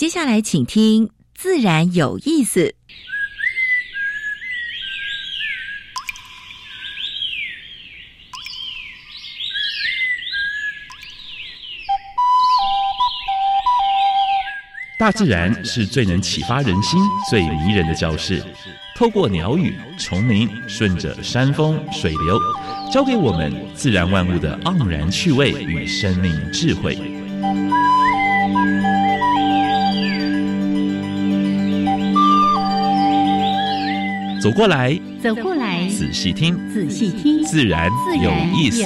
接下来请听自然有意思。 大自然是最能启发人心、最迷人的教室。透过鸟语、虫鸣，顺着山峰、水流，教给我们自然万物的盎然趣味与生命智慧。走过来， 走过来， 仔细听， 仔细听， 自然有意思。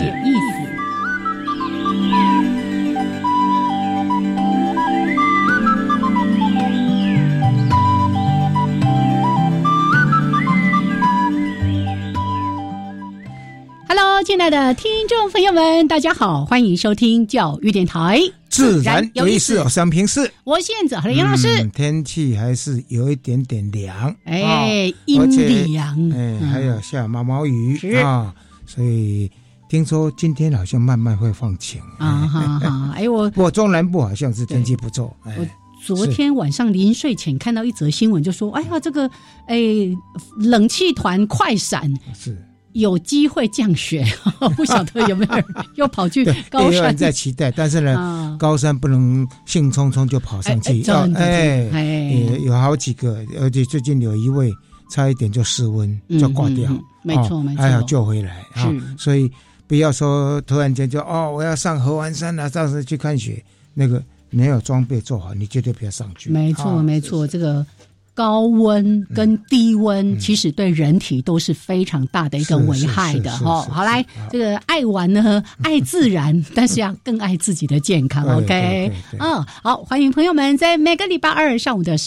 亲爱的听众朋友们，大家好，欢迎收听教育电台自然有意思。我是杨平视， 我是燕子，好的，杨老师。 天气还是有一点点凉， 阴凉， 还有下毛毛雨啊，所以听说今天好像慢慢会放晴啊。我中南部好像是天气不错。 我昨天晚上临睡前看到一则新闻，就说：“哎呀，这个冷气团快闪是。”有机会降雪，不晓得有没有人又跑去高山？ 有人在期待，但是呢，高山不能兴冲冲就跑上去。有好几个，而且最近有一位差一点就失温，就挂掉。 没错， 还好救回来啊。所以不要说突然间就我要上合欢山啊，到时去看雪，那个没有装备做好，你绝对不要上去。 没错，这个。高温跟低温其实对人体都是非常大的一个危害的哈。好，来，这个爱玩呢，爱自然，但是要更爱自己的健康。OK， 好，欢迎朋友们在每个礼拜二上午的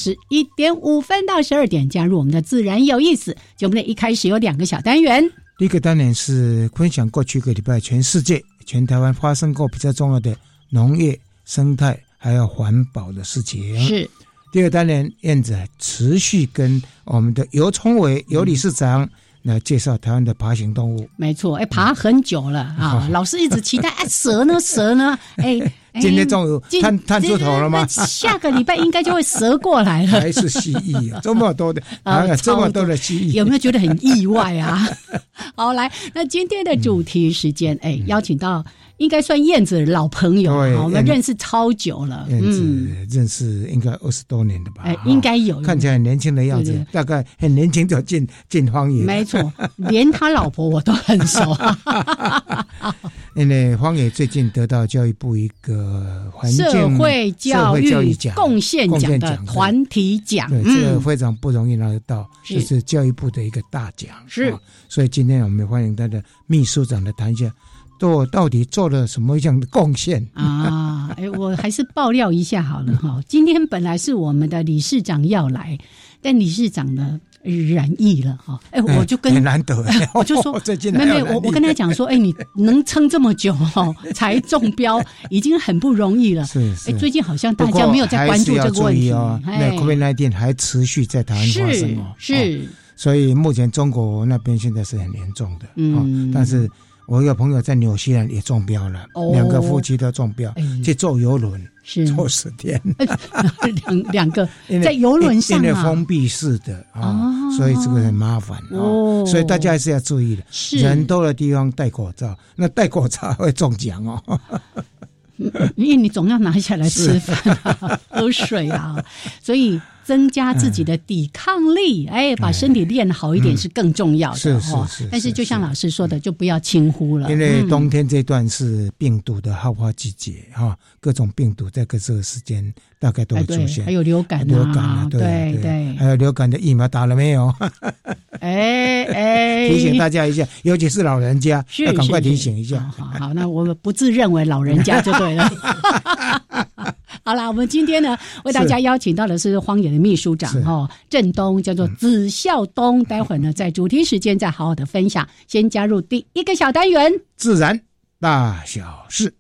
11:05到12点加入我们的自然有意思节目的一开始有2个小单元。 第一个单元是分享过去一个礼拜全世界、全台湾发生过比较重要的农业、生态还有环保的事情。 是。 第二单元，燕子持续跟我们的尤聪伟尤理事长来介绍台湾的爬行动物。 没错，爬很久了啊，老师一直期待。蛇呢？ 今天终于探出头了吗？ 下个礼拜应该就会蛇过来了。 还是蜥蜴啊，这么多的这么多的蜥蜴， 有没有觉得很意外啊？好，来，那今天的主题时间，邀请到。应该算燕子的老朋友，我们认识超久了。 燕子认识应该20多年的吧？ 应该有。 看起来很年轻的样子，大概很年轻就进荒野。 没错，连他老婆我都很熟。 因为荒野最近得到教育部一个环境社会教育贡献奖的团体奖， 对，这个非常不容易拿得到，就是教育部的一个大奖。 是， 所以今天我们欢迎他的秘书长来谈一下。到底做了什么样的贡献啊？我还是爆料一下好了哈。今天本来是我们的理事长要来，但理事长呢染疫了哈。我就跟很难得， 我就说没，我跟他讲说，你能撑这么久才中标，已经很不容易了。 是， 最近好像大家没有在关注这个问题哦。那 COVID-19 还持续在台湾发生哦。 是， 所以目前中国那边现在是很严重的。但是。我一个朋友在纽西兰也中标了，2个夫妻都中标，去坐邮轮，坐10天， 两个在邮轮上因为封闭式的所以这个很麻烦所以大家还是要注意的，人多的地方戴口罩，那戴口罩会中奖因为你总要拿下来吃饭喝水啊，所以。增加自己的抵抗力，把身体练好一点是更重要的。 是。 但是就像老师说的，就不要轻忽了。 因为冬天这段是病毒的好发季节各种病毒在这个时间大概都会出现。 还有流感对，还有流感的疫苗打了没有？提醒大家一下，尤其是老人家，要赶快提醒一下。 好，那我们不自认为老人家就对了。好啦，我们今天呢为大家邀请到的是荒野的秘书长郑东，叫做子孝东。待会儿呢在主题时间再好好的分享。先加入第一个小单元， 自然大小事。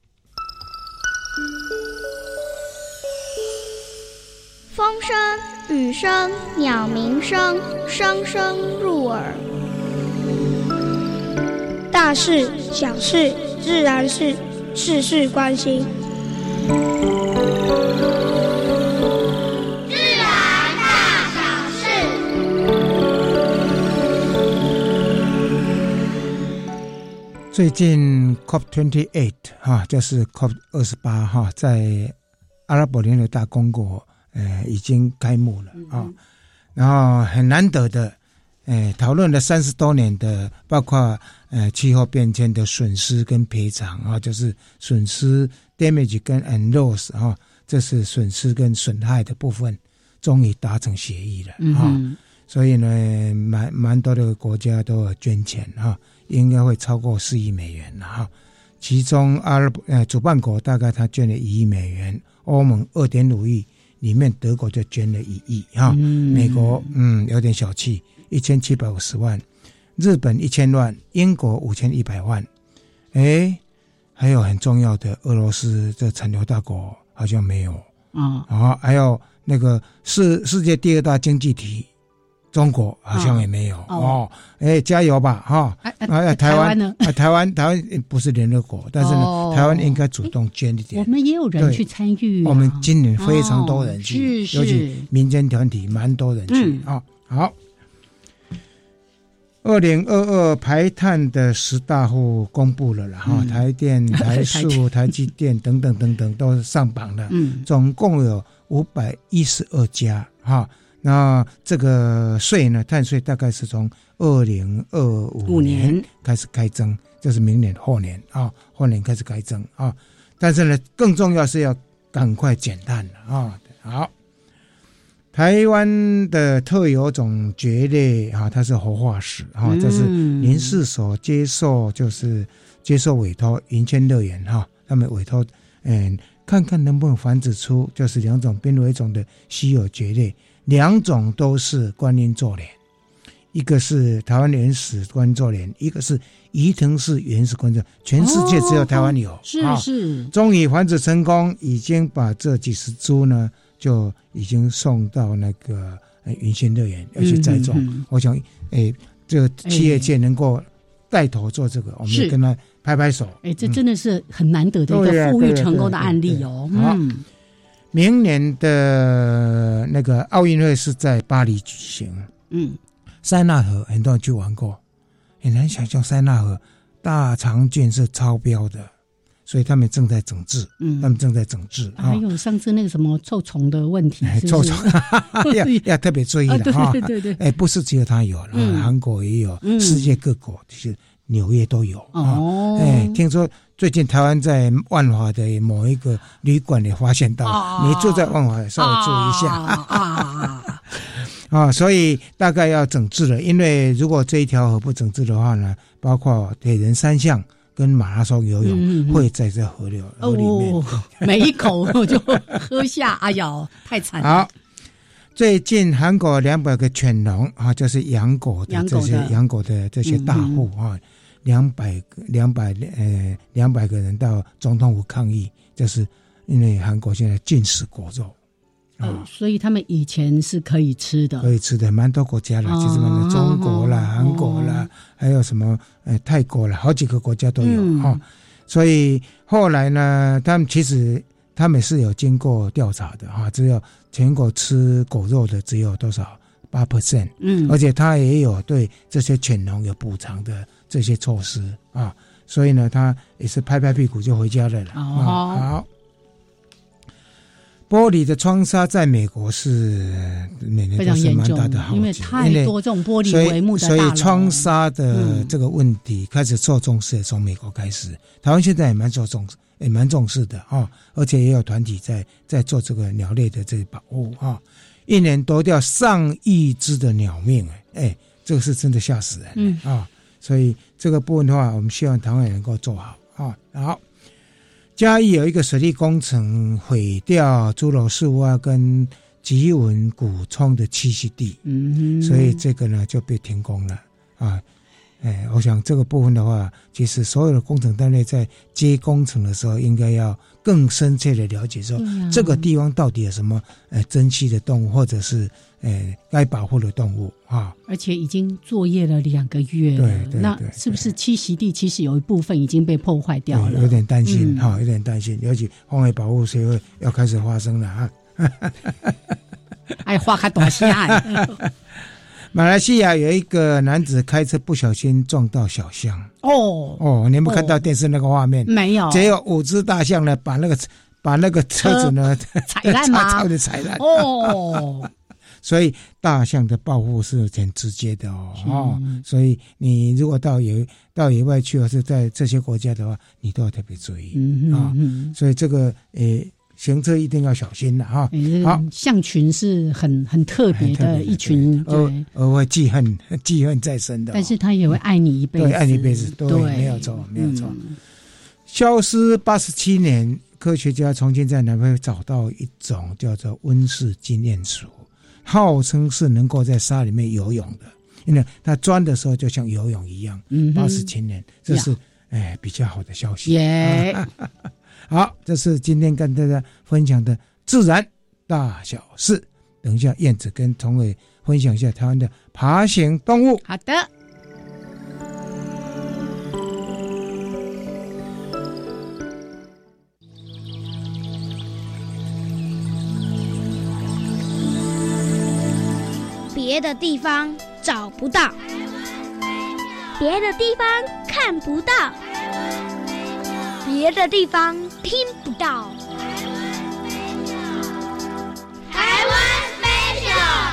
风声、雨声、鸟鸣声，声声入耳。大事、小事、自然事，事事关心。 最近 COP28 哈，就是 COP28 哈，在阿拉伯联合大公国已经开幕了啊，然后很难得的讨论了30多年的，包括气候变迁的损失跟赔偿啊，就是损失 damage 跟 and loss 啊，这是损失跟损害的部分，终于达成协议了啊。所以呢，蛮多的国家都有捐钱哈，应该会超过4亿美元了哈。其中主办国大概他捐了1亿美元，欧盟2.5亿，里面德国就捐了1亿哈，美国有点小气，1750万，日本1000万，英国5100万，还有很重要的俄罗斯这产油大国好像没有还有那个世界第2大经济体中国好像也没有加油吧哈！台湾呢？台湾不是联合国，但是呢，台湾应该主动捐一点。 我们也有人去参与我们今年非常多人去，尤其民间团体蛮多人去好，2022排碳的10大户公布了啦哈，台电、台塑、台积电等等等等都上榜了，总共有512家哈。那这个税呢，碳税大概是从2025年开始开征，就是明年后年后年开始开征但是呢，更重要是要赶快减碳了好，台湾的特有种蕨类它是活化石这是林试所接受委托云谦乐园他们委托看看能不能繁殖出就是2种濒危种的稀有蕨类，2种都是观音座莲，一个是台湾原始观音座莲，一个是宜藤市原始观音座莲，全世界只有台湾有是终于繁殖成功，已经把这几十株呢就已经送到那个云仙乐园要去栽种我想这个企业界能够带头做这个，我们跟他拍拍手这真的是很难得的一个富裕成功的案例明年的那个奥运会是在巴黎举行塞纳河很多人去玩过，很难想象塞纳河大肠菌是超标的，所以他们正在整治还有上次那个什么臭虫的问题是臭虫要特别注意了对不是只有他有了韩国也有世界各国就是纽约都有听说最近台湾在万华的某一个旅馆也发现到你住在万华稍微注意一下所以大概要整治了，因为如果这一条河不整治的话呢，包括铁人3项跟马拉松游泳会在这河里面每一口就喝下哎呀太惨了。 好，最近韩国200个犬农就是养狗的这些大户200个人到总统府抗议，就是因为韩国现在禁食果肉所以他们以前是可以吃的， 蛮多国家啦，其实中国啦、韩国啦，还有什么泰国啦，好几个国家都有所以后来呢，他们是有经过调查的只有全国吃狗肉的只有多少 8%，而且他也有对这些犬农有补偿的这些措施所以呢，他也是拍拍屁股就回家了好。玻璃的窗纱在美国是每年都是蛮大的浩劫， 因为太多这种玻璃帷幕的大楼， 所以窗纱的这个问题开始受重视，从美国开始，台湾现在也蛮重视的而且也有团体在做这个鸟类的这个保护一年夺掉上亿只的鸟命这个是真的吓死人所以这个部分的话，我们希望台湾也能够做好好。嘉义有一个水利工程毁掉猪肉树蛙跟吉文古冲的栖息地所以这个呢就被停工了我想这个部分的话，其实所有的工程单位在接工程的时候，应该要更深切的了解说这个地方到底有什么珍稀的动物，或者是该保护的动物而且已经作业了2个月了，那是不是栖息地其实有一部分已经被破坏掉了？ 有点担心有点担心，尤其荒野保护协会要开始发生了花开大声马来西亚有一个男子开车不小心撞到小象。你有没有看到电视那个画面？ 没有。 只有5只大象呢，把那个车子呢踩烂吗？ 差点踩烂。所以大象的保护是很直接的所以你如果到野外去，或是在这些国家的话，你都要特别注意所以这个行车一定要小心了好， 象群是很特别的一群， 而会记恨在身的， 但是他也会爱你一辈子， 对，爱你一辈子，对，没有错。消失87年，科学家重新在南非找到一种叫做温氏金链鼠，号称是能够在沙里面游泳的，因为它钻的时候就像游泳一样。87年，这是比较好的消息。好，这是今天跟大家分享的自然大小事。等一下，燕子跟崇伟分享一下台湾的爬行动物。 好的。 别的地方找不到，别的地方看不到，别的地方听不到。台湾 Special。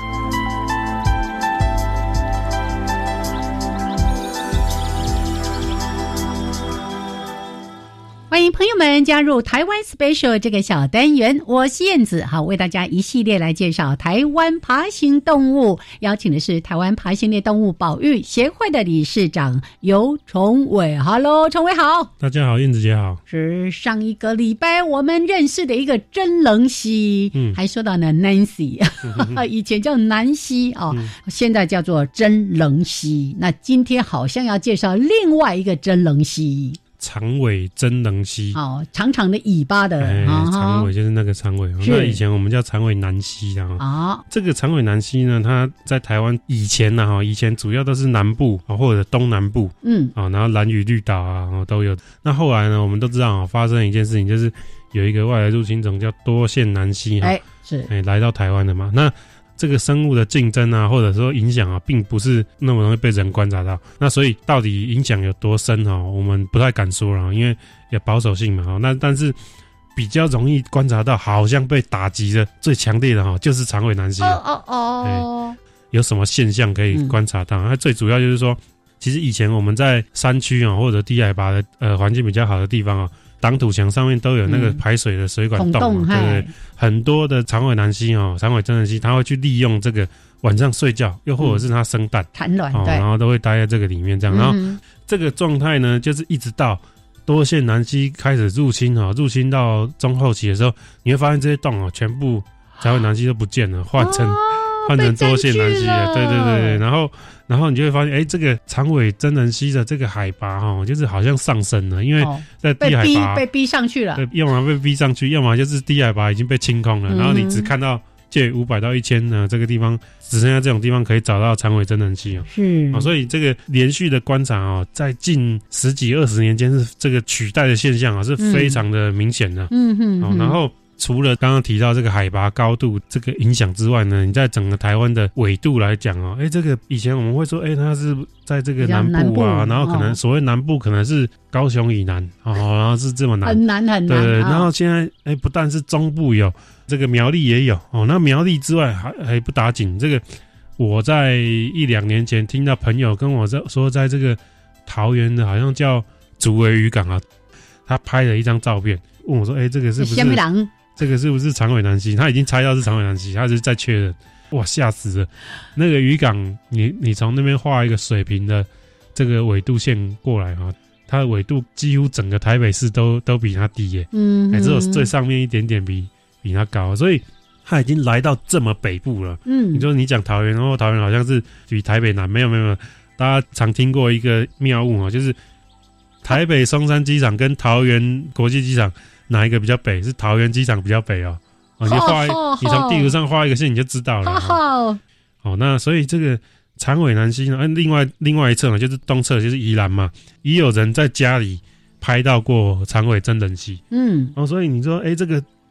欢迎朋友们加入台湾 Special 这个小单元，我是燕子，好，为大家一系列来介绍台湾爬行动物，邀请的是台湾爬行类动物保育协会的理事长游崇伟。Hello， 崇伟好。 大家好，燕子姐好。 是上一个礼拜我们认识的一个真人蜥，还说到呢 Nancy， 以前叫南蜥现在叫做真人蜥。那今天好像要介绍另外一个真人蜥。 长尾真人蜥， 长长的尾巴的， 长尾就是那个长尾。那以前我们叫长尾南蜥这个长尾南蜥呢，它在台湾以前主要都是南部或者东南部，然后兰屿绿岛都有。那后来呢，我们都知道发生一件事情，就是有一个外来入侵种叫多线南蜥来到台湾的嘛。那这个生物的竞争或者说影响并不是那么容易被人观察到。那所以到底影响有多深我们不太敢说了，因为有保守性嘛。那但是比较容易观察到，好像被打击的最强烈的就是长尾南蜥。有什么现象可以观察到？它最主要就是说，其实以前我们在山区或者低海拔的环境比较好的地方挡土墙上面都有那个排水的水管洞对不对？很多的长尾南蜥长尾真人蜥，它会去利用这个晚上睡觉，又或者是它生蛋产卵， 然后都会待在这个里面这样。然后这个状态呢，就是一直到多线南蜥开始入侵到中后期的时候，你会发现这些洞全部长尾南蜥都不见了，换成多线南蜥了。对，然后你就会发现，这个长尾真人蜥的这个海拔就是好像上升了，因为在低海拔被逼上去了， 对，要么被逼上去，要么就是低海拔已经被清空了，然后你只看到介500到1000呢，这个地方只剩下这种地方可以找到长尾真人蜥所以这个连续的观察在近10几20年间是这个取代的现象是非常的明显的。然后除了刚刚提到这个海拔高度这个影响之外呢，你在整个台湾的纬度来讲这个以前我们会说它是在这个南部然后可能所谓南部可能是高雄以南然后是这么南， 很难对，然后现在不但是中部有，这个苗栗也有那苗栗之外还不打紧。这个我在1-2年前听到朋友跟我说，在这个桃园的好像叫竹围渔港他拍了一张照片，问我说这个是不是这个是不是长尾南蜥？他已经猜到是长尾南蜥，他只是在确认。哇，吓死了！那个渔港，你从那边画一个水平的这个纬度线过来它的纬度几乎整个台北市都比它低耶。只有最上面一点点比它高，所以它已经来到这么北部了。你说你讲桃园，然后桃园好像是比台北南，没有，大家常听过一个谬误就是台北松山机场跟桃园国际机场哪一个比较北？是桃园机场比较北你你从地图上画一个线你就知道了。那所以这个长尾南蜥呢，另外一侧呢，就是东侧就是宜兰嘛，也有人在家里拍到过长尾真人蜥。所以你说这个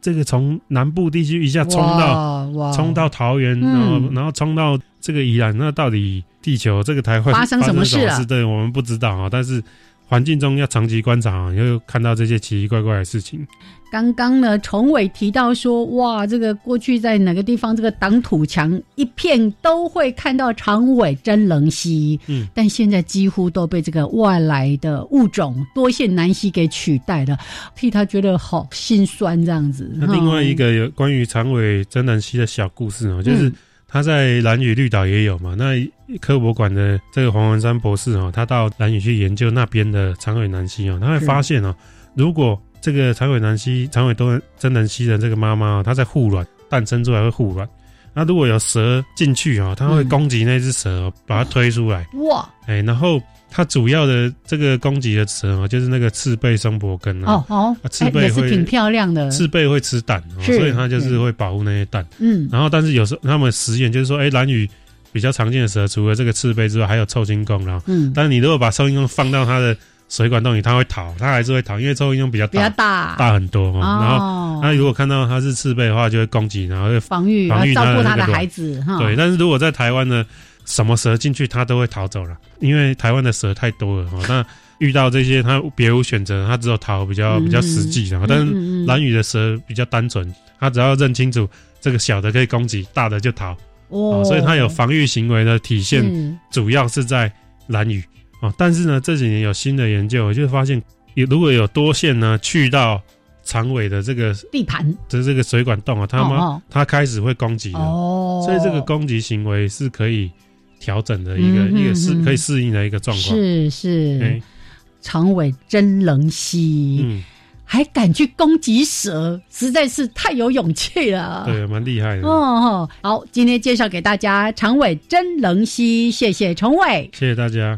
这个从南部地区一下冲到桃园，然后冲到这个宜兰，那到底地球这个台会发生什么事了？ 对，我们不知道啊，但是环境中要长期观察，又看到这些奇奇怪怪的事情。 刚刚呢，崇伟提到说，哇，这个过去在哪个地方，这个挡土墙一片都会看到长尾真棱蜥，但现在几乎都被这个外来的物种多线南蜥给取代了，替他觉得好心酸这样子。 那另外一个有关于长尾真棱蜥的小故事哦，就是他在兰屿绿岛也有嘛，那科博馆的这个黄文山博士哦，他到兰屿去研究那边的长尾南蜥哦，他会发现哦，如果这个长尾真棱蜥的这个妈妈哦，她在护卵，蛋生出来会护卵。那如果有蛇进去哦，它会攻击那只蛇哦，把它推出来。哇！然后它主要的这个攻击的蛇哦，就是那个赤背松柏根啊。赤背也是挺漂亮的。 赤背会吃蛋哦，所以它就是会保护那些蛋。然后但是有时候他们实验就是说，兰屿比较常见的蛇，除了这个赤背之外，还有臭青公啦。但是你如果把臭青公放到它的水管洞里，它会逃，它还是会逃，因为臭青公比较大很多。然后它如果看到它是赤背的话，就会攻击，然后会防御照顾它的孩子。 对，但是如果在台湾呢，什么蛇进去它都会逃走了，因为台湾的蛇太多了。那遇到这些它别无选择，它只有逃比较实际。但是兰屿的蛇比较单纯，它只要认清楚这个小的可以攻击，大的就逃。所以它有防御行为的体现，主要是在兰屿。但是呢，这几年有新的研究，就发现如果有多线呢去到长尾的这个地盘的这个水管洞啊，它开始会攻击了。所以这个攻击行为是可以调整的一个可以适应的一个状况。 是，长尾真棱蜥，还敢去攻击蛇，实在是太有勇气了。 对，蛮厉害的。 好，今天介绍给大家长尾真棱蜥，谢谢崇伟， 谢谢大家。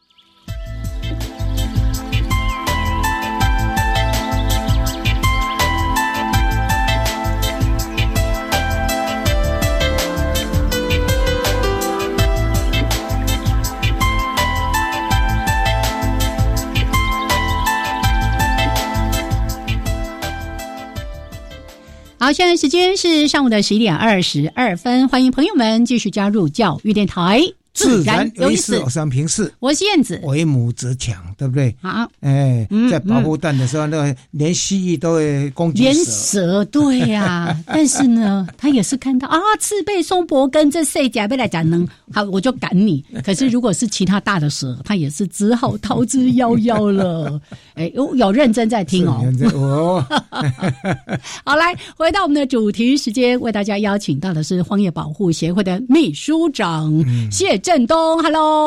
好，现在时间是上午的11:22，欢迎朋友们继续加入教育电台。 自然有意思，我是杨平世， 我是燕子， 为母则强，对不对？ 好， 在保护蛋的时候，那个连蜥蜴都会攻击连蛇，对呀。但是呢，他也是看到赤背松柏根这细甲被来讲呢，好，我就赶你。可是如果是其他大的蛇，他也是只好逃之夭夭了。有认真在听哦。好，来回到我们的主题时间，为大家邀请到的是荒野保护协会的秘书长谢振东。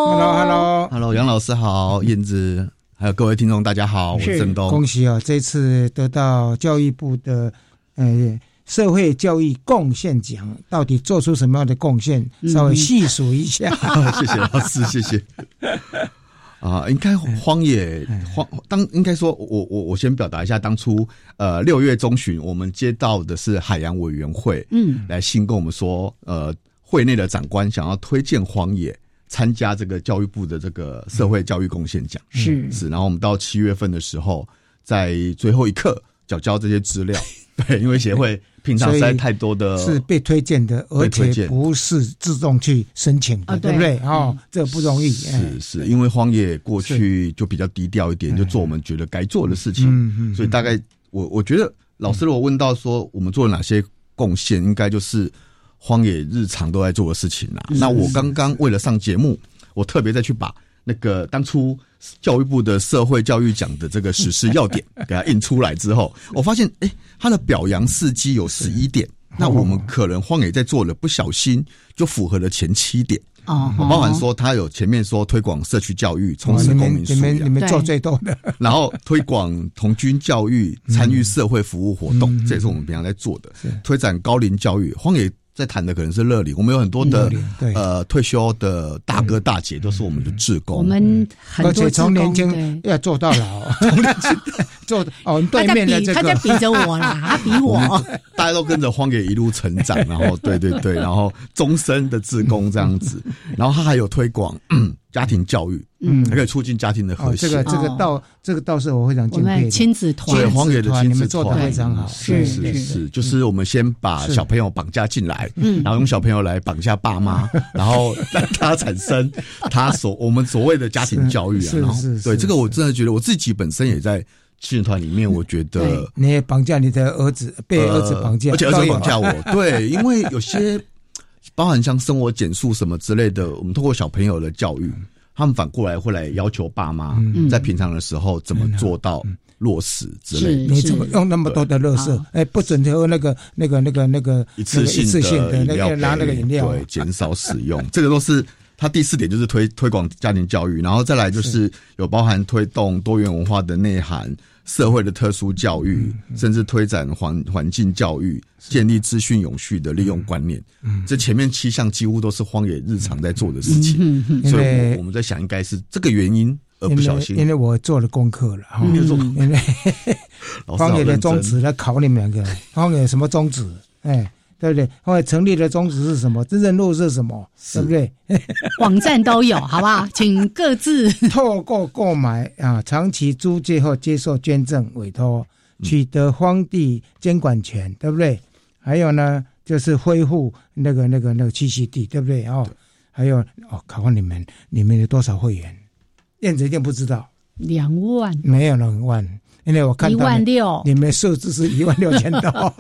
Hello， 杨老师好，燕子，还有各位听众大家好，我是振东。 恭喜这次得到教育部的社会教育贡献奖，到底做出什么样的贡献？稍微细数一下。 谢谢老师，谢谢。应该应该说，我先表达一下，当初6月中旬，我们接到的是海洋委员会，来信跟我们说，会内的长官想要推荐荒野参加这个教育部的这个社会教育贡献奖，是，然后我们到7月份的时候，在最后一刻缴交这些资料，对，因为协会平常实在太多的是被推荐的，而且不是自动去申请的，对不对？这不容易。 是因为荒野过去就比较低调一点，就做我们觉得该做的事情，所以大概我觉得老师如果问到说我们做了哪些贡献，应该就是荒野日常都在做的事情啦。那我刚刚为了上节目，我特别再去把那个当初教育部的社会教育奖的这个实施要点给它印出来之后，我发现它的表扬事迹有11点，那我们可能荒野在做了不小心就符合了前7点。包含说他有前面说推广社区教育，从事公民素养， 你们做最多的， 然后推广童军教育，参与社会服务活动，这也是我们平常在做的。推展高龄教育，荒野在谈的可能是乐龄，我们有很多的退休的大哥大姐都是我们的志工， 我们很多而且从年轻要做到老， 坐对面的这个， 他在比着我啦，他比我， 大家都跟着荒野一路成长，然后对，然后终身的志工这样子，然后他还有推广家庭教育，还可以促进家庭的和谐。 这个倒是我非常敬佩的。 我们亲子团， 对荒野的亲子团， 你们做得非常好。 是，就是我们先把小朋友绑架进来，然后用小朋友来绑架爸妈，然后让他产生我们所谓的家庭教育啊。然后对这个我真的觉得我自己本身也在亲子团里面，我觉得你也绑架你的儿子，被儿子绑架， 而且儿子绑架我。对，因为有些包含像生活减速什么之类的，我们透过小朋友的教育，他们反过来会来要求爸妈在平常的时候怎么做到落实之类的。 你怎么用那么多的垃圾？不准喝那个一次性的那个拿那个饮料， 对，减少使用。这个都是他第4点，就是推广家庭教育，然后再来就是有包含推动多元文化的内涵。社会的特殊教育，甚至推展环境教育，建立资讯永续的利用观念。这前面7项几乎都是荒野日常在做的事情，所以我们在想，应该是这个原因而不小心。 因为我做了功课了，因为荒野的宗旨来考你们2个，荒野什么宗旨？对不对？后来成立的宗旨是什么？这任务是什么？对不对？ 网站都有，好不好？请各自透过购买长期租借或接受捐赠委托，取得荒地监管权，对不对？还有呢，就是恢复那个栖息地，对不对？还有考问你们有多少会员？燕子一定不知道 ，2万， 没有2万。因为我看到 16000， 你们数字是16000多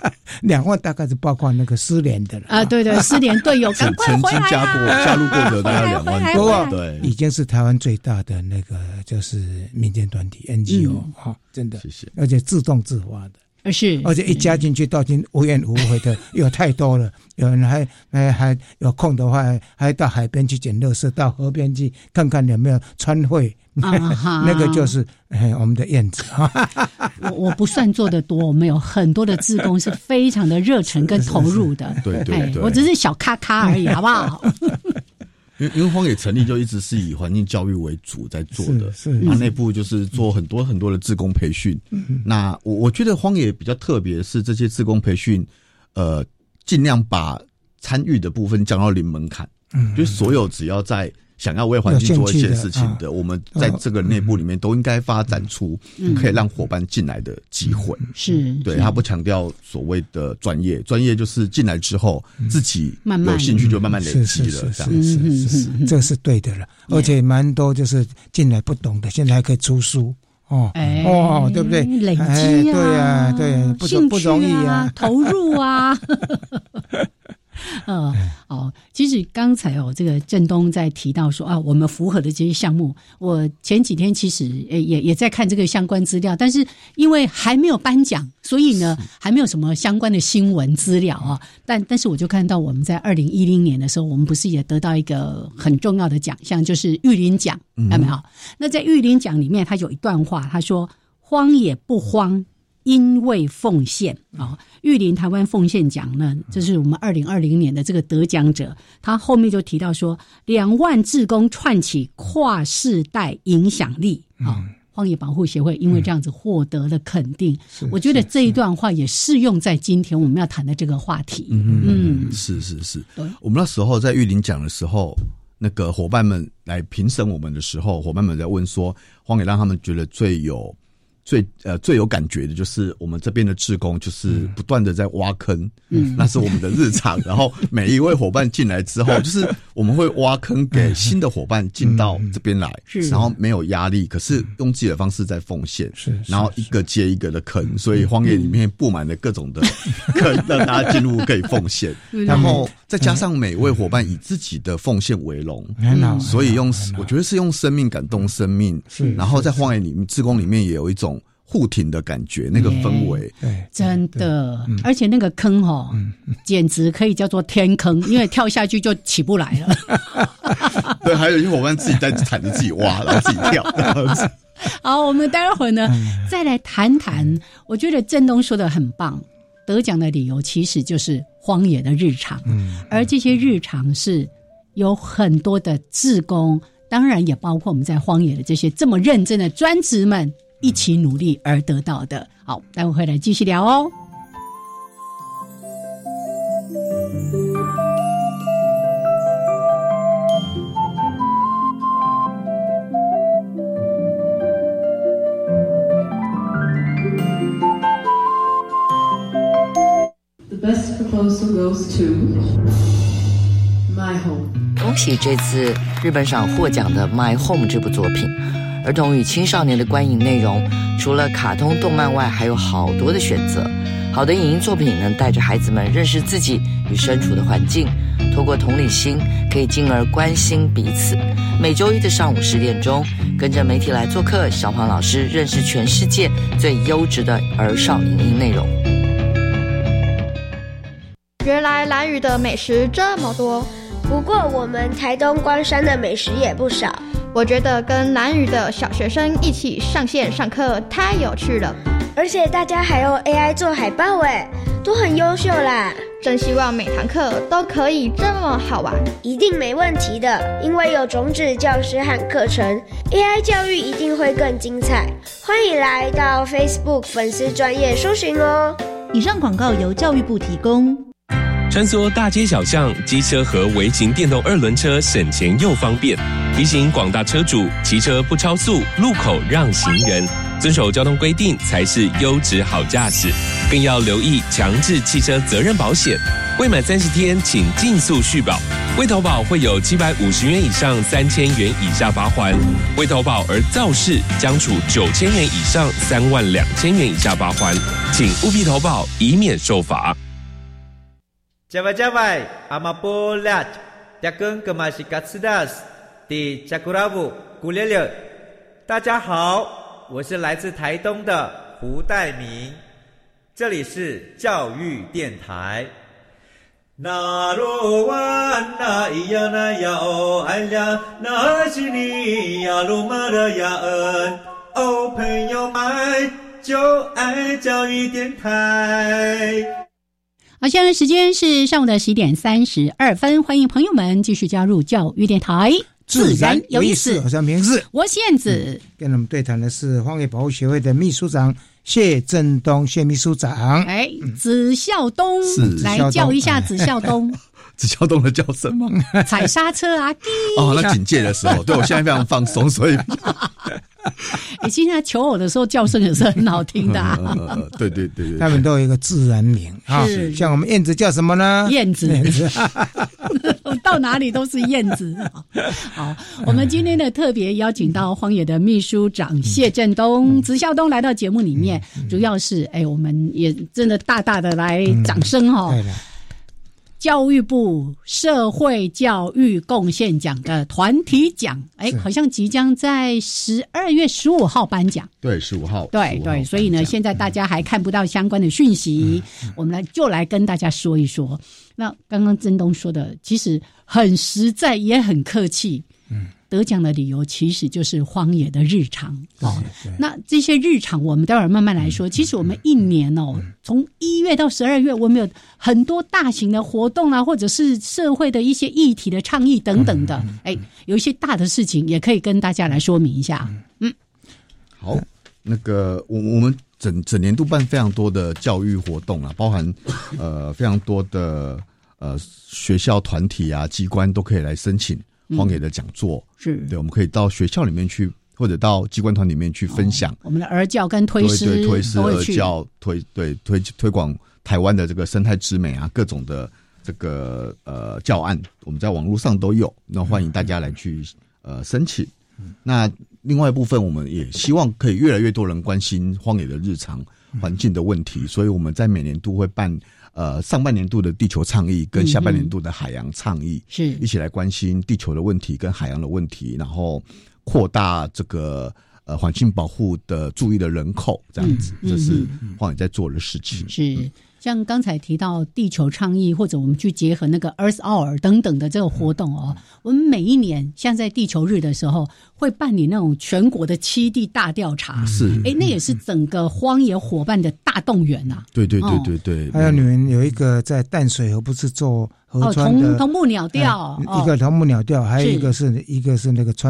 ，2万大概是包括那个失联的了对，失联队友赶快回来加入过的大概2万多，对， 已经是台湾最大的那个就是民间团体 NGO，真的， 谢谢， 而且自动自发的。 是， 而且一加进去到今无怨无悔的有太多了，有人还有空的话还到海边去捡垃圾，到河边去看看有没有穿会，那个就是我们的燕子。 我不算做得多，我们有很多的志工是非常的热忱跟投入的。 对， 我只是小咖咖而已，好不好？ 因为荒野成立就一直是以环境教育为主在做的，那内部就是做很多很多的志工培训。那我觉得荒野比较特别的是这些志工培训，尽量把参与的部分降到零门槛，就是所有只要在想要为环境做一些事情的，我们在这个内部里面都应该发展出可以让伙伴进来的机会。对，他不强调所谓的专业就是进来之后自己有兴趣就慢慢累积了，这样子。 这是对的了，而且蛮多就是进来不懂的，现在还可以出书。对不对？ 累积对，不容易啊， 投入啊。其实刚才这个振东在提到说我们符合的这些项目，我前几天其实也在看这个相关资料，但是因为还没有颁奖，所以呢还没有什么相关的新闻资料但是我就看到我们在2010年的时候，我们不是也得到一个很重要的奖项，就是玉林奖，有没有？那在玉林奖里面，他有一段话，他说：“荒野不荒，因为奉献。”玉林台湾奉献奖呢，这是我们2020年的这个得奖者，他后面就提到说，2万志工串起跨世代影响力荒野保护协会因为这样子获得了肯定。我觉得这一段话也适用在今天我们要谈的这个话题。 是。我们那时候在玉林奖的时候，那个伙伴们来评审我们的时候，伙伴们在问说，荒野让他们觉得最有感觉的就是我们这边的志工就是不断的在挖坑，那是我们的日常。然后每一位伙伴进来之后，就是我们会挖坑给新的伙伴进到这边来，然后没有压力，可是用自己的方式在奉献，然后一个接一个的坑，所以荒野里面布满了各种的坑，让大家进入可以奉献，然后再加上每位伙伴以自己的奉献为荣，所以我觉得是用生命感动生命，然后在荒野里面志工里面也有一种互挺的感觉，那个氛围， 真的，而且那个坑简直可以叫做天坑，因为跳下去就起不来了。 对，还有一些伙伴自己在踩着自己挖，然后自己跳。 好，我们待会儿呢再来谈谈，我觉得振东说的很棒，得奖的理由其实就是荒野的日常，而这些日常是有很多的志工，当然也包括我们在荒野的这些这么认真的专职们一起努力而得到的。好，待会回来继续聊哦。 The best proposal goes to My Home。 恭喜这次日本赏获奖的《My Home》这部作品。儿童与青少年的观影内容，除了卡通动漫外，还有好多的选择。好的影音作品能带着孩子们认识自己与身处的环境，透过同理心，可以进而关心彼此。每周一的上午10点钟，跟着媒体来做客，小黄老师认识全世界最优质的儿少影音内容。 原来兰屿的美食这么多， 不过我们台东关山的美食也不少。 我觉得跟兰屿的小学生一起上线上课太有趣了， 而且大家还用 AI 做海报耶，都很优秀啦。 真希望每堂课都可以这么好玩。 一定没问题的，因为有种子教师和课程， AI 教育一定会更精彩。欢迎来到 Facebook 粉丝专页搜寻哦。 以上广告由教育部提供。 穿梭大街小巷，机车和微型电动2轮车省钱又方便。提醒广大车主，骑车不超速，路口让行人，遵守交通规定才是优质好驾驶。更要留意强制汽车责任保险，未满30天请尽速续保。未投保会有750元以上3000元以下罚锾，未投保而肇事将处9000元以上32000元以下罚锾，请务必投保，以免受罚。 Jawai, Amapolat, Yakun Kamashikatsidas, Di Jakuravu, Gulele。大家好，我是来自台东的胡代明，这里是教育电台。那罗哇那咿呀那呀哦哎呀，那是你呀鲁玛的呀恩哦，朋友们就爱教育电台。 好，现在时间是上午的10点32分，欢迎朋友们继续加入教育电台， 自然有意思。我是明志， 我是燕子。 跟我们对谈的是荒野保护协会的秘书长谢振东，谢秘书长。 子孝东，来叫一下子孝东。 子孝东的叫声吗？ 踩刹车啊！ 哦，那警戒的时候，对我现在非常放松，所以。 现在求偶的时候叫声也是很好听的啊。 对对对对， 他们都有一个自然名啊，像我们燕子叫什么呢？ 燕子，到哪里都是燕子。好，我们今天的特别邀请到荒野的秘书长谢振东、子孝东来到节目里面，主要是我们也真的大大的来掌声哦。教育部社会教育贡献奖的团体奖，好像即将在12月15号颁奖。 对，15号。 对对，所以呢，现在大家还看不到相关的讯息，我们就来跟大家说一说。那刚刚振东说的，其实很实在，也很客气。得奖的理由其实就是荒野的日常那这些日常我们待会儿慢慢来说。其实我们一年从1月到12月，我们有很多大型的活动啊，或者是社会的一些议题的倡议等等的。有一些大的事情也可以跟大家来说明一下。 好，那个我们整年度办非常多的教育活动啊，包含非常多的学校团体啊、机关都可以来申请荒野的讲座。是对，我们可以到学校里面去，或者到机关团里面去分享我们的儿教跟推师儿教推广台湾的这个生态之美啊，各种的这个教案，我们在网络上都有，那欢迎大家来去申请。那另外一部分，我们也希望可以越来越多人关心荒野的日常环境的问题，所以我们在每年度会办上半年度的地球倡议跟下半年度的海洋倡议，是一起来关心地球的问题跟海洋的问题，然后扩大这个环境保护的注意的人口，这样子，这是荒野在做的事情。 是像刚才提到地球倡议，或者我们去结合那个 Earth Hour 等等的这个活动我们每一年像在地球日的时候会办理那种全国的7地大调查，是那也是整个荒野伙伴的大动员啊。 对对对对对， 还有你们有一个在淡水河，不是做河川的同步鸟调， 一个同步鸟调，还有一个是那个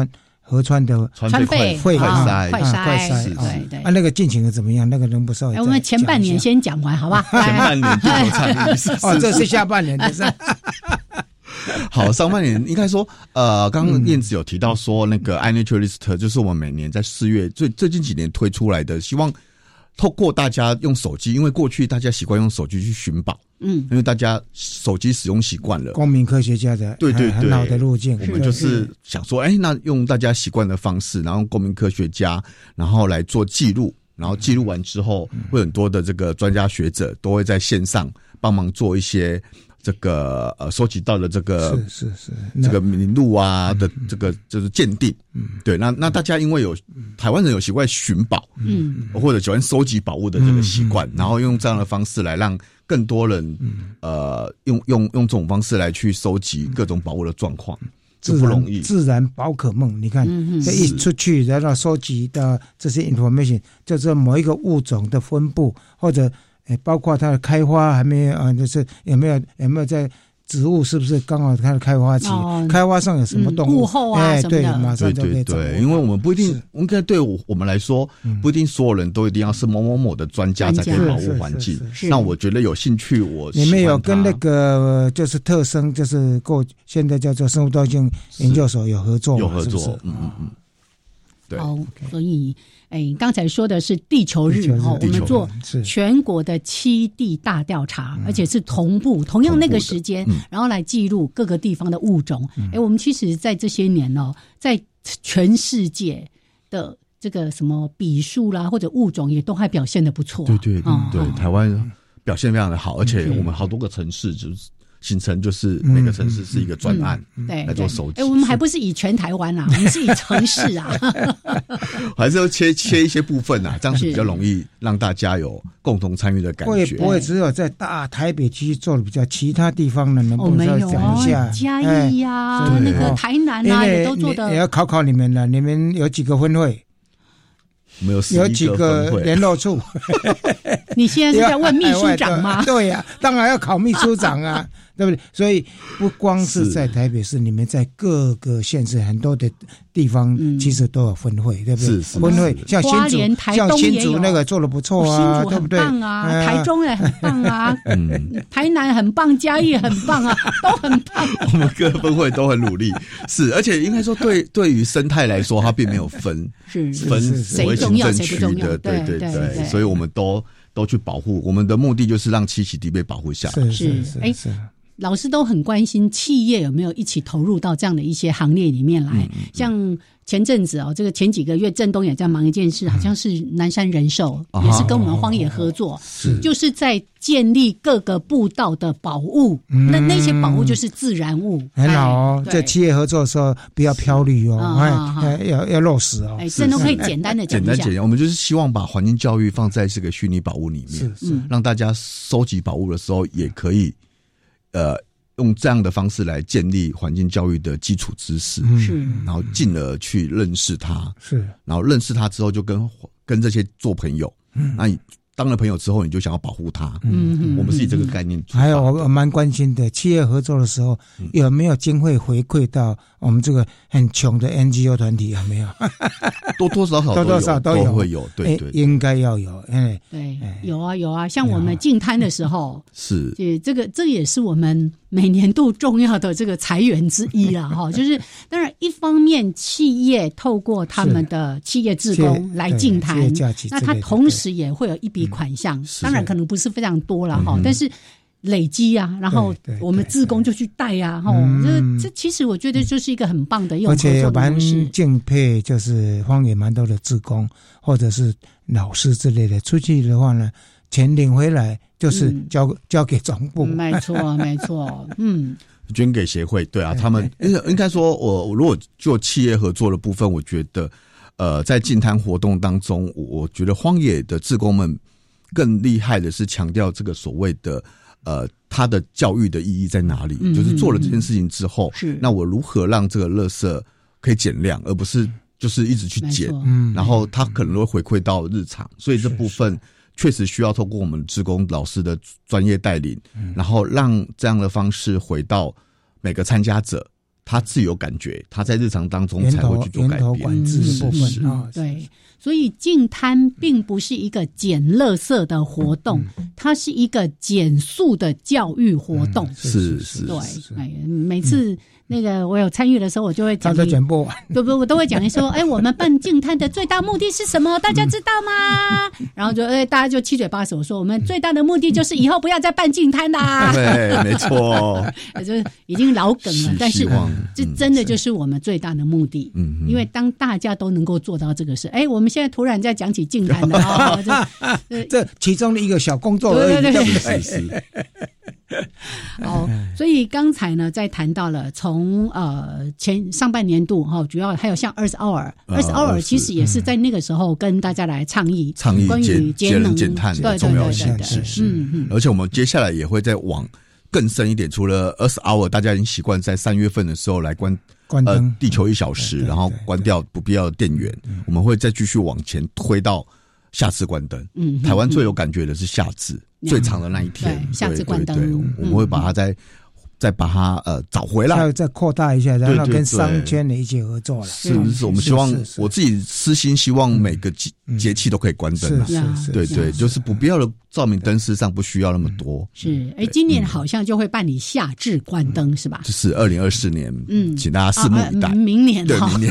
河川的川肺快筛， 对， 那个进行的怎么样？那个能不稍微我们前半年先讲完，好吧？ 前半年就有参与， 这是下半年的事。 好，上半年应该说，刚刚燕子有提到说，那个 iNaturalist 就是我们每年在4月最近几年推出来的，希望透过大家用手机，因为过去大家习惯用手机去寻宝，因为大家手机使用习惯了， 公民科学家的对很好的路径， 我们就是想说，那用大家习惯的方式，然后公民科学家，然后来做记录，然后记录完之后，会很多的这个专家学者都会在线上帮忙做一些。这个收集到的这个是这个名录啊的这个就是鉴定，对，那大家因为有台湾人有习惯寻宝，或者喜欢收集宝物的这个习惯，然后用这样的方式来让更多人用这种方式来去收集各种宝物的状况，这不容易。 自然宝可梦，你看这一出去，然后收集的这些 information， 就是某一个物种的分布或者。包括它的开花还没有就是有没有在植物是不是刚好它的开花期，开花上有什么动物， 物候啊什么的， 对，马上就可以找。 对，因为我们不一定，应该对我们来说，不一定所有人都一定要是某某某的专家才可以保护环境。那我觉得有兴趣， 你们有跟那个就是特生，就是现在叫做生物多样性研究所有合作吗？ 有合作，对。 好，所以。刚才说的是地球日我们做全国的7地大调查，而且是同样那个时间，然后来记录各个地方的物种。我们其实在这些年在全世界的这个什么笔数啦或者物种也都还表现得不错。 对，台湾表现非常的好，而且我们好多个城市就是形成就是每个城市是一个专案来做收集。 我们还不是以全台湾我们是以城市还是要切一些部分这样子比较容易让大家有共同参与的感觉。 不会只有在大台北区做的比较，其他地方呢能不能讲一下？ 嘉义那个台南也都做的。 也要考你们了，你们有几个分会？ 有几个联络处？ 你现在是在问秘书长吗？ 对呀，当然要考秘书长啊，对不对？所以不光是在台北市，你们在各个县市很多的地方其实都有分会，对不对？分会像新竹那个做得不错啊，对不对？ 很棒啊，台中也很棒啊，台南很棒，嘉义很棒啊，都很棒。 我们各分会都很努力，是，而且应该说对于生态来说，它并没有分谁重要谁不重要， 对，所以我们都去保护，我们的目的就是让栖息地被保护下来。 是。老师都很关心企业有没有一起投入到这样的一些行列里面来，像前阵子这个前几个月振东也在忙一件事，好像是南山人寿也是跟我们荒野合作，就是在建立各个步道的宝物，那些宝物就是自然物， 很好在企业合作的时候不要飘绿要落实振东可以简单的讲一下。 我们就是希望把环境教育放在这个虚拟宝物里面，让大家收集宝物的时候也可以用这样的方式来建立环境教育的基础知识，然后进而去认识它，然后认识它之后就跟这些做朋友，那你当了朋友之后，你就想要保护它。我们是以这个概念出发的。 还有我蛮关心的，企业合作的时候有没有经费回馈到我们这个很穷的 NGO 团体？有没有？ 多多少少都会有，对， 应该要有。 对，有啊，像我们净滩的时候， 是这也是我们每年度重要的这个财源之一啦。就是当然一方面企业透过他们的企业志工来净滩，那他同时也会有一笔款项，当然可能不是非常多啦但是累积然后我们志工就去带这其实我觉得就是一个很棒的用合作的模式。 而且蛮敬佩，就是荒野蛮多的志工或者是老师之类的，出去的话呢，钱领回来就是交给总部， 没错， 捐给协会，对啊，他们应该说，我如果做企业合作的部分，我觉得在净滩活动当中，我觉得荒野的志工们更厉害的是强调这个所谓的它的教育的意义在哪里？就是做了这件事情之后，那我如何让这个垃圾可以减量，而不是就是一直去减，然后它可能会回馈到日常，所以这部分确实需要透过我们志工老师的专业带领，然后让这样的方式回到每个参加者他自有感觉，他在日常当中才会去做改变。 源头管制的部分啊， 对。所以净滩并不是一个捡垃圾的活动，它是一个减速的教育活动。 是， 对。每次那个我有参与的时候，我就会讲， 他都讲不完， 对不？我都会讲说，我们办净滩的最大目的是什么？大家知道吗？然后就大家就七嘴八舌说，我们最大的目的就是以后不要再办净滩啦。 对，没错， 就是已经老梗了，但是这真的就是我们最大的目的。因为当大家都能够做到这个事，我们现在突然在讲起净滩了这其中的一个小工作而已， 对。好，所以刚才呢，在谈到了从上半年度主要还有像20 hour 其实也是在那个时候跟大家来倡议关于节能减碳的重要性，是。而且我们接下来也会再往更深一点，除了20 hour， 大家已经习惯在3月份的时候来关灯地球1小时，然后关掉不必要的电源，我们会再继续往前推到夏至关灯。台湾最有感觉的是夏至最长的那一天， 夏至关灯， 我们会把它再把它找回来， 再扩大一下，然后跟商圈的一起合作了。 是，我们希望我自己私心希望每个节气都可以关灯。对，就是不必要的照明灯，事实上不需要那么多。 是，今年好像就会办理夏至关灯，是吧？ 就是2024年，请大家拭目以待。 明年， 对，明年。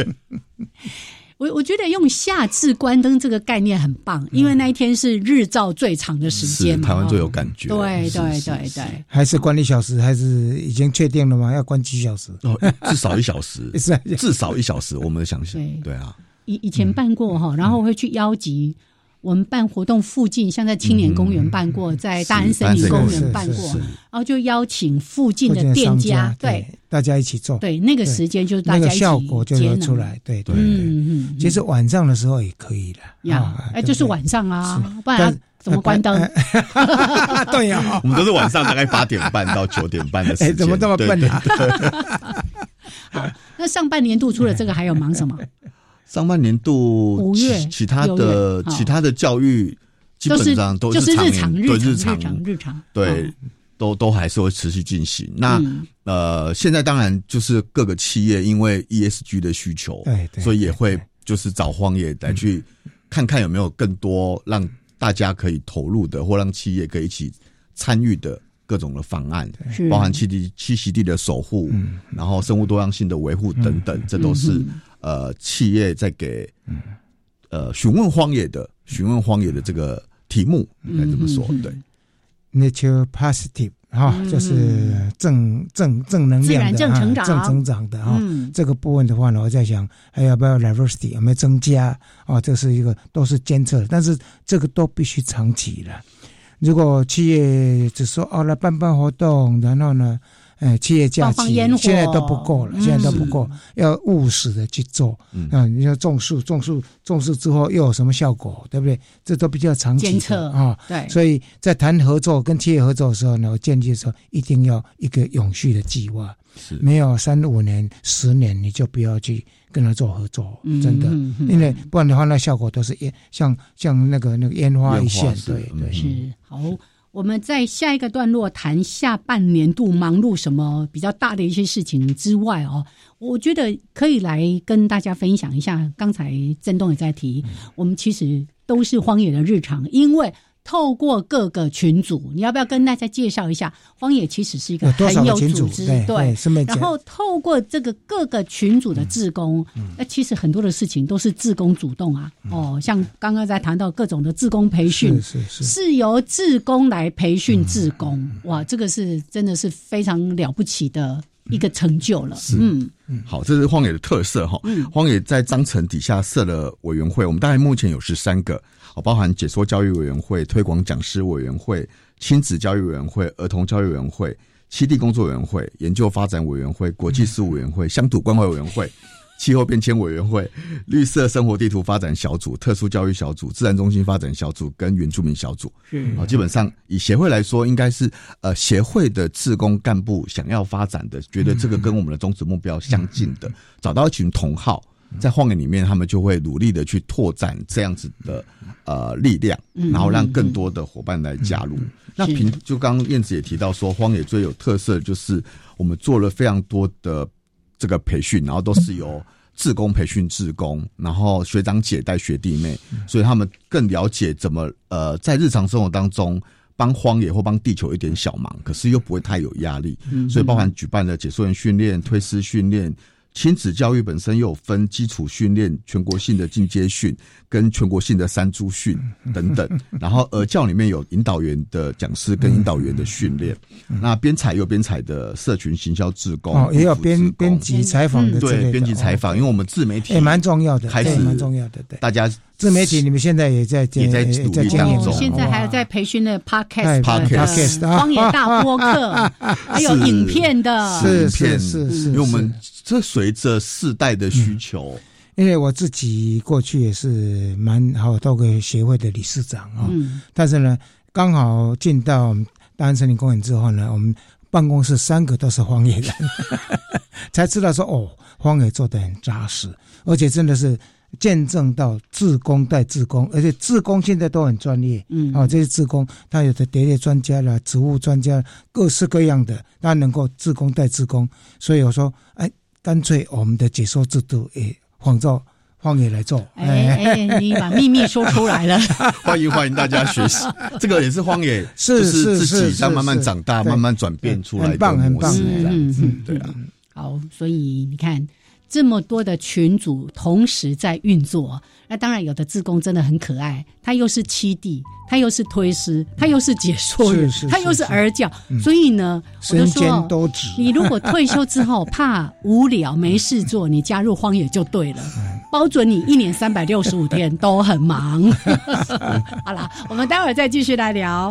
我觉得用夏至关灯这个概念很棒，因为那一天是日照最长的时间嘛， 台湾最有感觉。 对。 还是关1小时，还是已经确定了吗？要关几小时？ 至少1小时，至少1小时，我们想象。对啊， 以前办过然后会去邀集。我们办活动附近，像在青年公园办过，在大安森林公园办过，然后就邀请附近的店家，对， 大家一起做， 对，那个时间就是大家一起， 那个效果就会出来，对。其实晚上的时候也可以的， 就是晚上啊，不然怎么关灯？ 对呀， 我们都是晚上大概8点半到9点半的时间， 怎么这么笨啊？ 好，那上半年度除了这个还有忙什么？ 上半年度 5月其他的教育基本上都是日常， 对，都还是会持续进行。那现在当然就是各个企业因为 ESG 的需求，对，所以也会就是找荒野来去看看有没有更多让大家可以投入的，或让企业可以一起参与的各种的方案，包含栖息地的守护，然后生物多样性的维护等等，这都是企业在给询问荒野的这个题目，应该这么说，对。 Nature positive 就是正能量的正成长的这个部分的话呢，我在想还要不要 diversity 有没有增加这是一个都是监测的，但是这个都必须长期了。如果企业只说来办活动，然后呢企业假期现在都不够了，要务实的去做。你要种树之后又有什么效果，对不对？这都比较长期监测对。 所以在谈合作跟企业合作的时候呢，我建议说一定要一个永续的计划，没有3、5年、10年你就不要去跟他做合作，真的，因为不然的话，那效果都是像那个烟花一现，对， 是好。我们在下一个段落谈下半年度忙碌什么比较大的一些事情之外我觉得可以来跟大家分享一下。刚才曾东也在提，我们其实都是荒野的日常，因为透过各个群组，你要不要跟大家介绍一下？荒野其实是一个很有组织，对，然后透过这个各个群组的志工，其实很多的事情都是志工主动像刚刚在谈到各种的志工培训，是由志工来培训志工，哇，这个是真的是非常了不起的一个成就了。 好，这是荒野的特色荒野在章程底下设了委员会，我们大概目前有13个，包含解说教育委员会、推广讲师委员会、亲子教育委员会、儿童教育委员会、栖地工作委员会、研究发展委员会、国际事务委员会、乡土关怀委员会、气候变迁委员会、绿色生活地图发展小组、特殊教育小组、自然中心发展小组跟原住民小组。基本上以协会来说，应该是协会的志工干部想要发展的，觉得这个跟我们的宗旨目标相近的，找到一群同好，在荒野里面他们就会努力的去拓展这样子的力量，然后让更多的伙伴来加入。那就刚刚燕子也提到说，荒野最有特色的就是我们做了非常多的这个培训，然后都是由志工培训志工，然后学长姐带学弟妹，所以他们更了解怎么在日常生活当中帮荒野或帮地球一点小忙，可是又不会太有压力，所以包含举办了解说员训练、推师训练。亲子教育本身又有分基础训练、全国性的进阶训跟全国性的山猪训等等，然后儿教里面有引导员的讲师跟引导员的训练，那编采有编采的社群行销志工， 也有编辑采访的之类的， 对，编辑采访，因为我们自媒体也蛮重要的， 开始蛮重要的，对， 大家自媒体你们现在也在努力当中， 现在还有在培训的 podcast 的荒野大播客，还有影片的， 是，因为我们这随着世代的需求。 因为我自己过去也是蛮好多个协会的理事长但是呢，刚好进到大安森林公园之后呢，我们办公室3个都是荒野人，才知道说荒野做得很扎实，而且真的是见证到志工带志工，而且志工现在都很专业，这些志工他有的蝶类专家啦、植物专家，各式各样的，他能够志工带志工，所以我说，干脆我们的解说制度仿照荒野来做。 你把秘密说出来了。 欢迎大家学习，这个也是荒野，就是自己在慢慢长大、慢慢转变出来的模式，这样子，对啊。 好，所以你看。这么多的群组同时在运作，那当然有的志工真的很可爱，他又是七弟，他又是推师，他又是解说员，他又是儿教，所以呢，我就说，你如果退休之后怕无聊没事做，你加入荒野就对了，包准你1年365天都很忙。好啦，我们待会儿再继续来聊。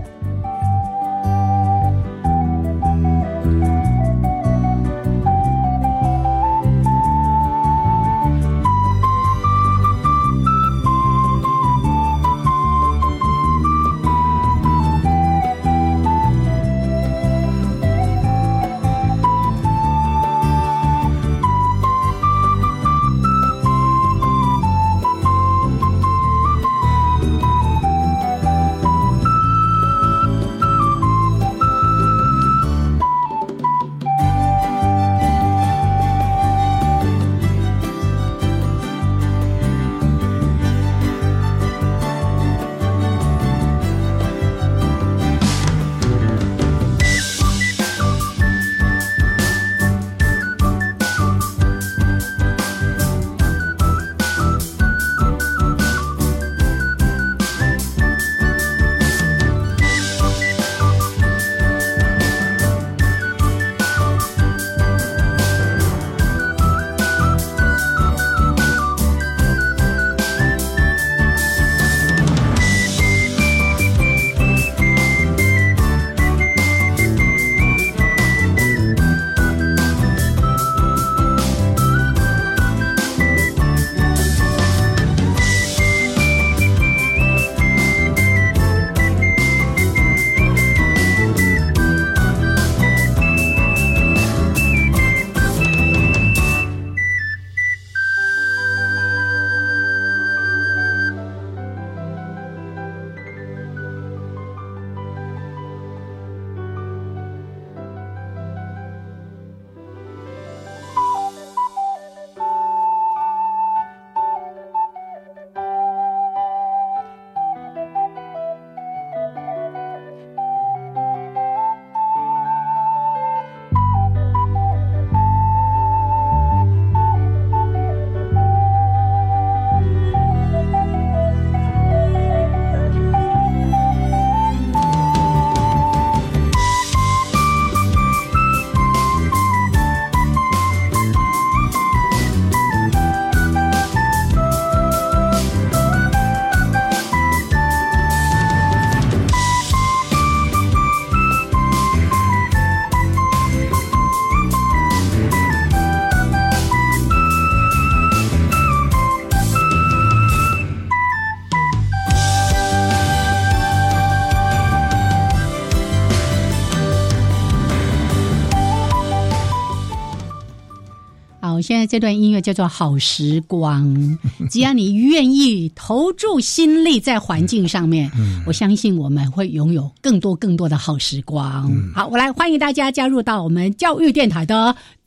现在这段音乐叫做好时光，只要你愿意投注心力在环境上面，我相信我们会拥有更多的好时光。好，我来欢迎大家加入到我们教育电台的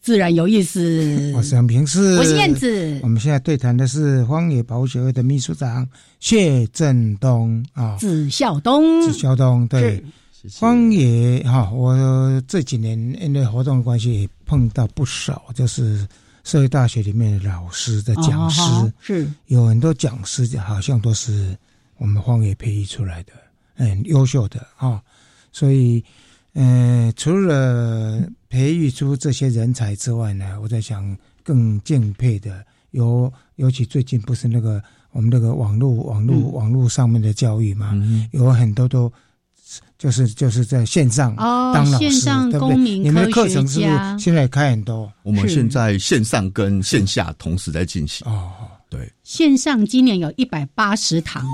自然有意思。 我是杨平士， 我是燕子。 我们现在对谈的是荒野保护协会的秘书长谢振东啊， 子孝东， 对。荒野我这几年因为活动的关系也碰到不少，就是社会大学里面的老师的讲师， 是有很多讲师好像都是我们荒野培育出来的，很优秀的所以除了培育出这些人才之外呢，我在想更敬佩的尤其最近不是我们那个网络上面的教育嘛，有很多都就是在线上当老师， 线上公民科学家， 你们的课程是不是现在开很多？ 我们现在线上跟线下同时在进行。对， 线上今年有180堂。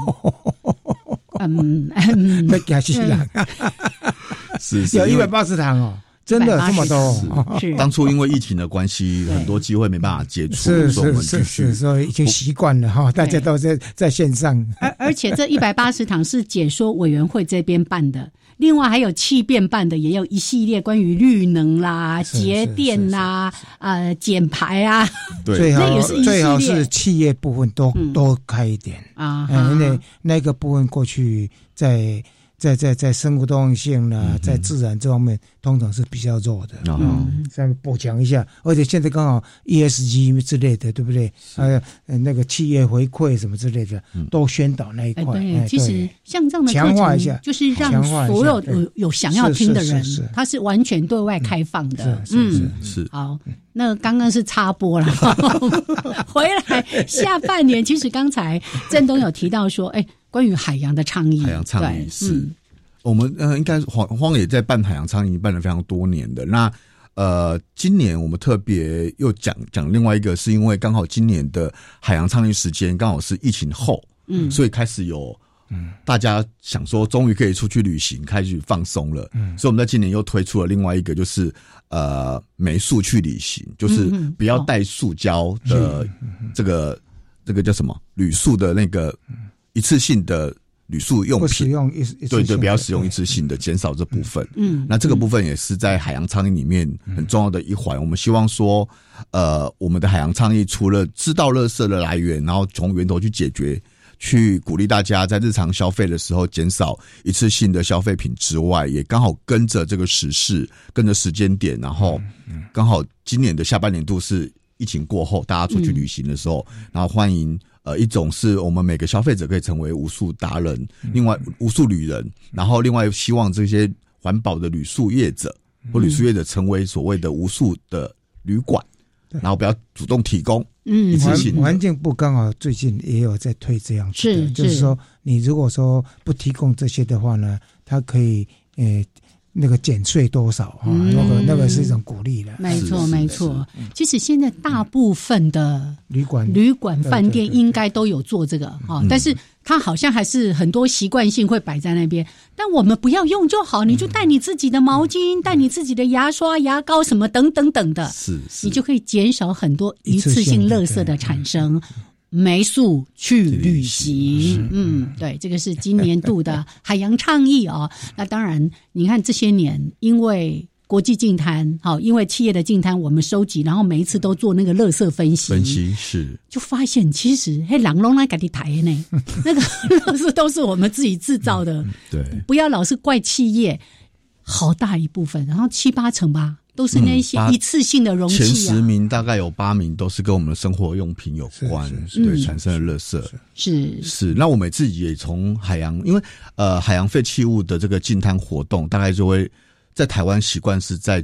没给起来， 是有180堂真的这么多？ 是当初因为疫情的关系，很多机会没办法接触， 所以已经习惯了大家都在线上。 而且这180堂是解说委员会这边办的，另外还有气变办的，也有一系列关于绿能啦、节电啦、减排啊， 对， 最好是企业部分都开一点因为那个部分过去在生物多样性啦，在自然这方面通常是比较弱的再补强一下，而且现在刚好 ESG 之类的，对不对？还有那个企业回馈什么之类的，都宣导那一块。 对，其实像这样的课程就是让所有有想要听的人，它是完全对外开放的。 是好。那刚刚是插播了，回来下半年，其实刚才振东有提到说，关于海洋的倡议， 是我们应该荒野在办海洋倡议办了非常多年的。那今年我们特别又讲另外一个，是因为刚好今年的海洋倡议时间刚好是疫情后，所以开始有大家想说终于可以出去旅行，开始放松了，所以我们在今年又推出了另外一个，就是没塑去旅行，就是不要带塑胶的这个叫什么铝塑的那个一次性的铝塑用品， 不使用对，不要使用一次性的，减少这部分。那这个部分也是在海洋倡议里面很重要的一环。我们希望说，我们的海洋倡议除了知道垃圾的来源，然后从源头去解决，去鼓励大家在日常消费的时候减少一次性的消费品之外，也刚好跟着这个时事，跟着时间点，然后刚好今年的下半年度是疫情过后，大家出去旅行的时候，然后欢迎一种是我们每个消费者可以成为无数达人，另外无数旅人，然后另外希望这些环保的旅宿业者或旅宿业者成为所谓的无数的旅馆，然后不要主动提供一次性的。 环境部刚好最近也有在推这样子的，就是说你如果说不提供这些的话呢，它可以那个减税多少那个是一种鼓励的。 没错。其实现在大部分的旅馆饭店应该都有做这个但是它好像还是很多习惯性会摆在那边，但我们不要用就好，你就带你自己的毛巾，带你自己的牙刷、牙膏什么等等等的，你就可以减少很多一次性垃圾的产生。没塑去旅行，对，这个是今年度的海洋倡议那当然，你看这些年，因为国际净滩，因为企业的净滩，我们收集，然后每一次都做那个垃圾分析是， 就发现其实人拢来给你抬呢，那个垃圾都是我们自己制造的， 对， 不要老是怪企业，好大一部分，然后7-8成吧。都是那些一次性的容器前10名大概有8名都是跟我们的生活用品有关，对，产生的垃圾是。那我们自己也从海洋，因为海洋废弃物的这个净滩活动，大概就会在台湾习惯是在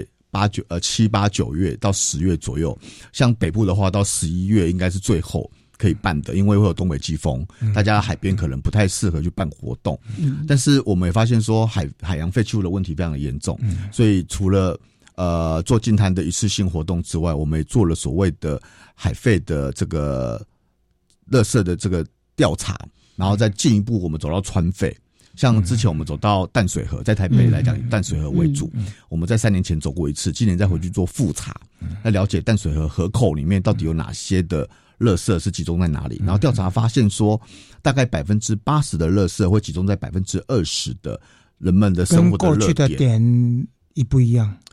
7、8、9月到10月左右，像北部的话到11月应该是最后可以办的，因为会有东北季风，大家海边可能不太适合去办活动。但是我们也发现说海洋废弃物的问题非常的严重，所以除了做净滩的一次性活动之外，我们也做了所谓的海废的这个垃圾的这个调查，然后再进一步我们走到川废。像之前我们走到淡水河，在台北来讲以淡水河为主，我们在3年前走过一次，今年再回去做复查，来了解淡水河河口里面到底有哪些的垃圾是集中在哪里。然后调查发现说，大概80%的垃圾会集中在20%的人们的生活的热点。 跟过去的点一不一样？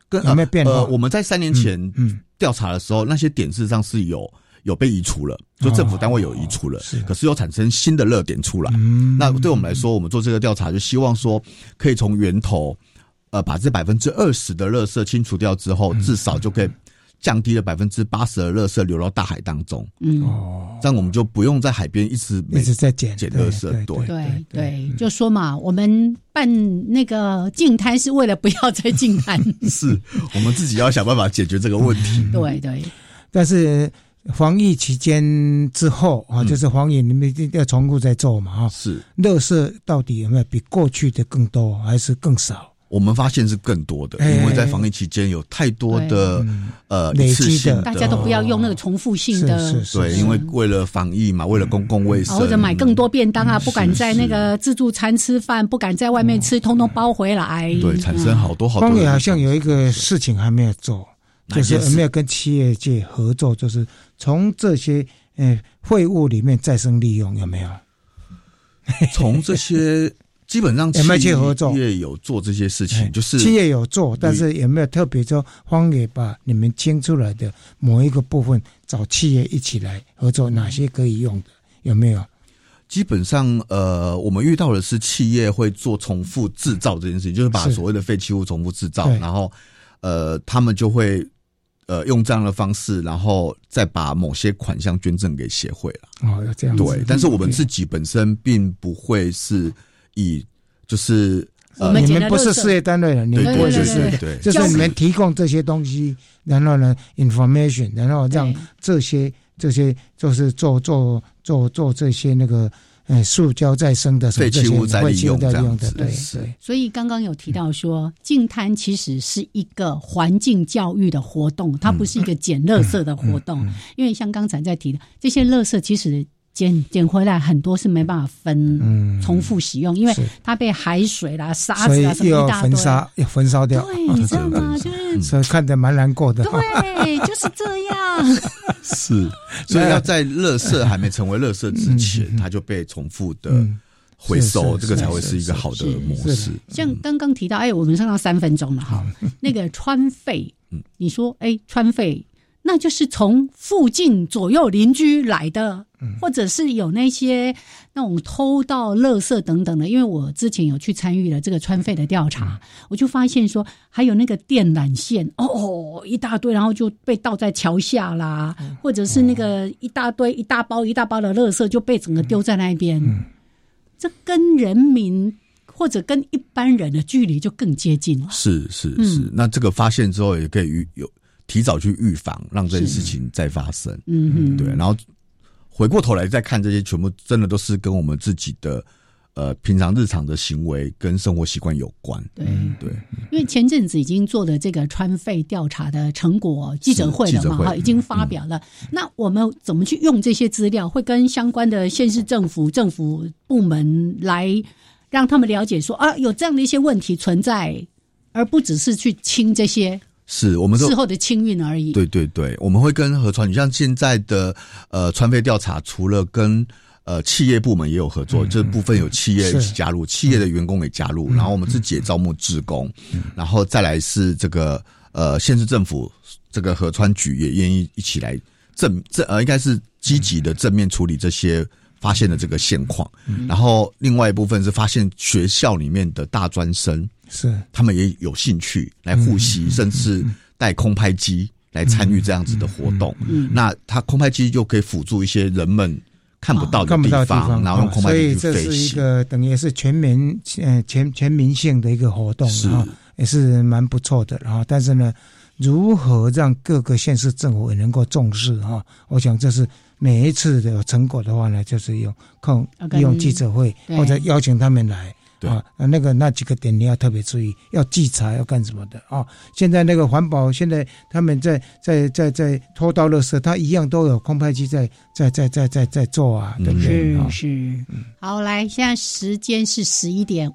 有没有变化？ 我们在3年前调查的时候，那些点事实上是有被移除了，就政府单位有移除了，可是又产生新的热点出来。那对我们来说，我们做这个调查就希望说，可以从源头，把这20%的垃圾清除掉之后，至少就可以降低了80%的垃圾流到大海当中。这样我们就不用在海边一直在捡垃圾。 对，就说嘛，我们办那个净滩是为了不要再净滩， 是我们自己要想办法解决这个问题。 对， 但是防疫期间之后啊，就是防疫你们要重复再做嘛啊， 是垃圾到底有没有比过去的更多还是更少？ 我们发现是更多的，因为在防疫期间有太多的累积的， 大家都不要用那个重复性的， 对，因为为了防疫嘛，为了公共卫生， 或者买更多便当啊，不敢在那个自助餐吃饭，不敢在外面吃，通通包回来， 对，产生好多。 方也好像有一个事情还没有做，就是有没有跟企业界合作，就是从这些废物里面再生利用，有没有？ 从这些。基本上企业有做这些事情，就是企业有做，但是有没有特别说方也把你们清出来的某一个部分找企业一起来合作，哪些可以用的有没有？ 基本上我们遇到的是企业会做重复制造这件事情，就是把所谓的废弃物重复制造，然后他们就会用这样的方式，然后再把某些款项捐赠给协会了。 这样子。 对，但是我们自己本身并不会是。就是你们不是事业单位了，你们不是事业， 对， 就是你们提供这些东西，然后呢 information， 然后让这些就是做这些那个塑胶再生的废弃物再利用这样子， 对。 所以刚刚有提到说，净滩其实是一个环境教育的活动，它不是一个捡垃圾的活动，因为像刚才在提的这些垃圾，其实。捡回来很多是没办法分重复使用，因为它被海水啦、沙子啊什么一大堆， 要焚烧掉。 对，你知道吗？就是所以看得蛮难过的。 对，就是这样。 是，所以要在垃圾还没成为垃圾之前，它就被重复的回收，这个才会是一个好的模式。 像刚刚提到，我们剩到3分钟了哈。那个川废，你说川废。那就是从附近左右邻居来的，或者是有那些那种偷盗垃圾等等的。因为我之前有去参与了这个川废的调查，我就发现说还有那个电缆线一大堆，然后就被倒在桥下啦，或者是那个一大堆一大包的垃圾就被整个丢在那边。这跟人民或者跟一般人的距离就更接近了。 是，那这个发现之后也可以提早去预防，让这件事情再发生。对，然后回过头来再看这些，全部真的都是跟我们自己的平常日常的行为跟生活习惯有关。对， 因为前阵子已经做了这个川废调查的成果记者会了嘛，已经发表了。那我们怎么去用这些资料？会跟相关的县市政府部门来让他们了解说有这样的一些问题存在，而不只是去清这些。 是我们事后的清运而已。 对，我们会跟河川，你像现在的川废调查，除了跟企业部门也有合作，这部分有企业一起加入，企业的员工也加入，然后我们自己也招募志工，然后再来是这个县市政府这个河川局也愿意一起来应该是积极的正面处理这些发现的这个现况，然后另外一部分是发现学校里面的大专生。 是， 他们也有兴趣来护习，甚至带空拍机来参与这样子的活动。那它空拍机就可以辅助一些人们看不到的地方，然后用空拍机去飞行。 所以这是一个等于是全民性的一个活动，也是蛮不错的。然后，但是呢，如何让各个县市政府也能够重视我想这是每一次的有成果的话呢，就是用记者会或者邀请他们来。那几个点你要特别注意，要稽查要干什么的现在那个环保，现在他们在拖到垃圾，他一样都有空拍机在做对不对？ 是。好，来，现在时间是11点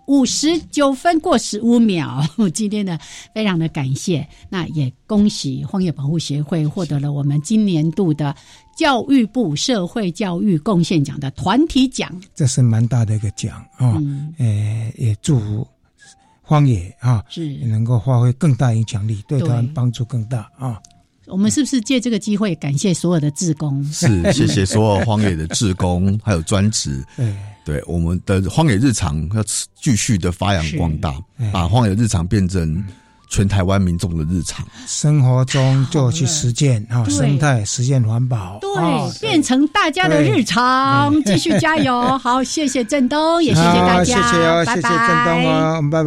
59分过15秒。今天呢，非常的感谢，那也恭喜荒野保护协会获得了我们今年度的教育部社会教育贡献奖的团体奖， 这是蛮大的一个奖也祝福荒野啊， 是能够发挥更大影响力，对台湾帮助更大啊。 我们是不是借这个机会感谢所有的志工？ 是，谢谢所有荒野的志工还有专职。对，我们的荒野日常要继续的发扬光大，把荒野日常变成全台湾民众的日常， 生活中就去实践啊，生态实践环保， 对，变成大家的日常，继续加油！好，谢谢振东，也谢谢大家， 谢谢哦，谢谢振东哦，我们拜拜。